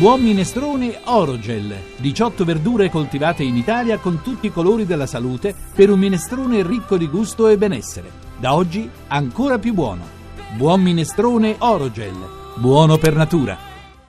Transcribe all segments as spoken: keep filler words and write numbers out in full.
Buon minestrone Orogel, diciotto verdure coltivate in Italia con tutti i colori della salute per un minestrone ricco di gusto e benessere. Da oggi ancora più buono. Buon minestrone Orogel, buono per natura.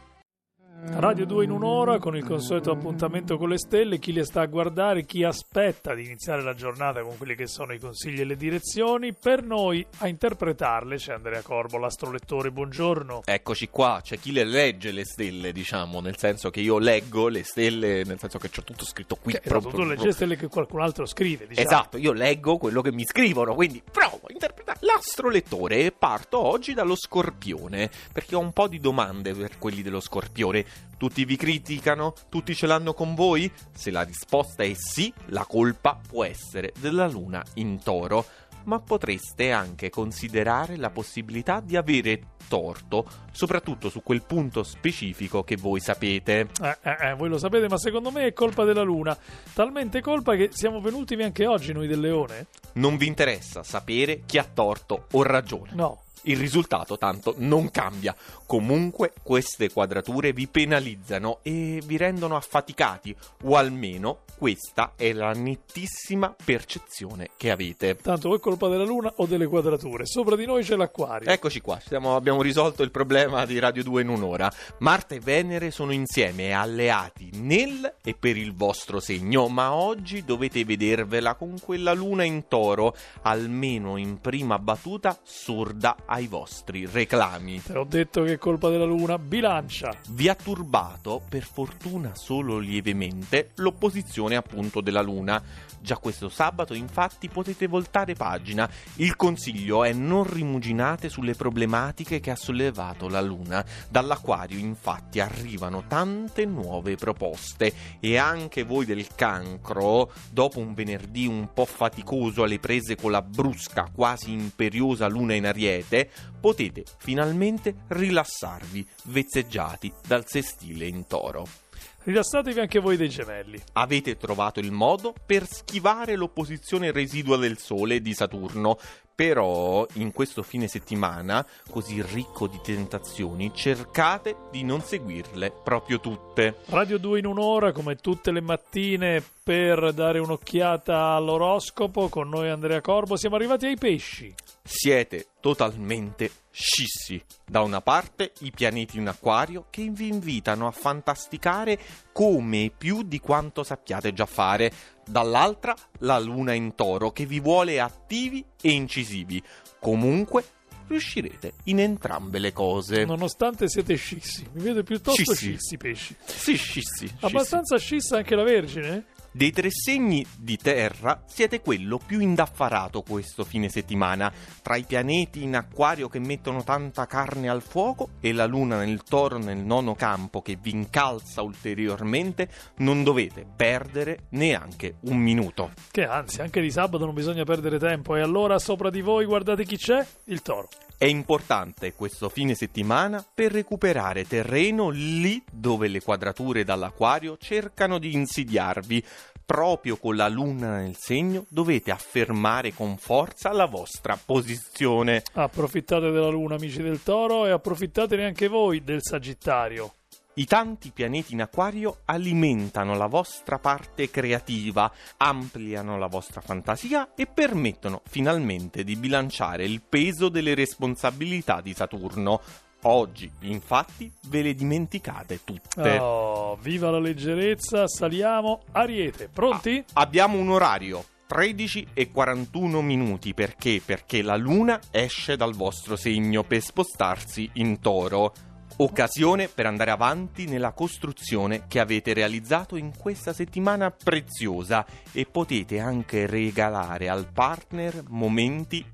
Radio due in un'ora con il consueto appuntamento con le stelle, chi le sta a guardare, chi aspetta di iniziare la giornata con quelli che sono i consigli e le direzioni. Per noi a interpretarle c'è Andrea Corbo, l'astrolettore, buongiorno. Eccoci qua, c'è chi le legge le stelle, diciamo, nel senso che io leggo le stelle, nel senso che c'ho tutto scritto qui. Che, esatto, tu leggi le stelle che qualcun altro scrive, diciamo. Esatto, io leggo quello che mi scrivono, quindi provo a interpretare l'astrolettore e parto oggi dallo Scorpione, perché ho un po' di domande per quelli dello Scorpione. Tutti vi criticano? Tutti ce l'hanno con voi? Se la risposta è sì, la colpa può essere della luna in Toro, ma potreste anche considerare la possibilità di avere torto, soprattutto su quel punto specifico che voi sapete. Eh, eh, eh, voi lo sapete, ma secondo me è colpa della luna, talmente colpa che siamo venuti anche oggi noi del Leone. Non vi interessa sapere chi ha torto o ragione? No. Il risultato tanto non cambia. Comunque queste quadrature vi penalizzano e vi rendono affaticati, o almeno questa è la nettissima percezione che avete. Tanto o è colpa della luna o delle quadrature. Sopra di noi c'è l'Acquario. Eccoci qua, siamo, abbiamo risolto il problema di Radio due in un'ora. Marte e Venere sono insieme e alleati nel e per il vostro segno, ma oggi dovete vedervela con quella luna in Toro, almeno in prima battuta sorda ai vostri reclami. Te l'ho detto che è colpa della luna. Bilancia. Vi ha turbato, per fortuna solo lievemente, l'opposizione appunto della luna. Già questo sabato infatti potete voltare pagina. Il consiglio è non rimuginate sulle problematiche che ha sollevato la luna. Dall'Acquario infatti arrivano tante nuove proposte e anche voi del Cancro, dopo un venerdì un po' faticoso alle prese con la brusca, quasi imperiosa luna in Ariete, potete finalmente rilassarvi, vezzeggiati dal sestile in Toro. Rilassatevi anche voi dei Gemelli. Avete trovato il modo per schivare l'opposizione residua del Sole e di Saturno, però in questo fine settimana, così ricco di tentazioni, cercate di non seguirle proprio tutte. Radio due in un'ora, come tutte le mattine, per dare un'occhiata all'oroscopo. Con noi Andrea Corbo. Siamo arrivati ai pesci. Siete totalmente scissi. Da una parte i pianeti in Acquario che vi invitano a fantasticare come e più di quanto sappiate già fare, dall'altra la luna in Toro che vi vuole attivi e incisivi. Comunque riuscirete in entrambe le cose. Nonostante siete scissi, mi vedo piuttosto Scissi. scissi pesci. Sì, scissi. Abbastanza scissa anche la Vergine? Dei tre segni di terra siete quello più indaffarato questo fine settimana. Tra i pianeti in Acquario che mettono tanta carne al fuoco e la luna nel Toro nel nono campo che vi incalza ulteriormente, non dovete perdere neanche un minuto. Che anzi, anche di sabato non bisogna perdere tempo. E allora sopra di voi guardate chi c'è? Il Toro. È importante questo fine settimana per recuperare terreno lì dove le quadrature dall'Acquario cercano di insidiarvi. Proprio con la luna nel segno dovete affermare con forza la vostra posizione. Approfittate della luna, amici del Toro, e approfittatene anche voi del Sagittario. I tanti pianeti in Acquario alimentano la vostra parte creativa, ampliano la vostra fantasia e permettono finalmente di bilanciare il peso delle responsabilità di Saturno. Oggi, infatti, ve le dimenticate tutte. Oh, viva la leggerezza, saliamo. Ariete, pronti? Ah, abbiamo un orario. tredici e quarantuno minuti. Perché? Perché la luna esce dal vostro segno per spostarsi in Toro. Occasione per andare avanti nella costruzione che avete realizzato in questa settimana preziosa e potete anche regalare al partner momenti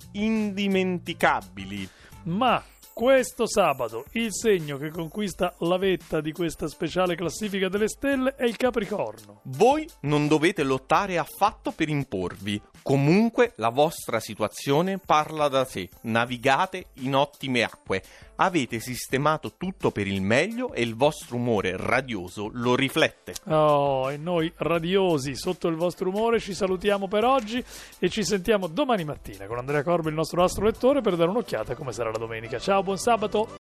indimenticabili. Ma questo sabato il segno che conquista la vetta di questa speciale classifica delle stelle è il Capricorno. Voi non dovete lottare affatto per imporvi. Comunque la vostra situazione parla da sé. Navigate in ottime acque. Avete sistemato tutto per il meglio e il vostro umore radioso lo riflette. Oh, e noi radiosi sotto il vostro umore ci salutiamo per oggi e ci sentiamo domani mattina con Andrea Corbo, il nostro astrolettore, per dare un'occhiata a come sarà la domenica. Ciao, buon sabato!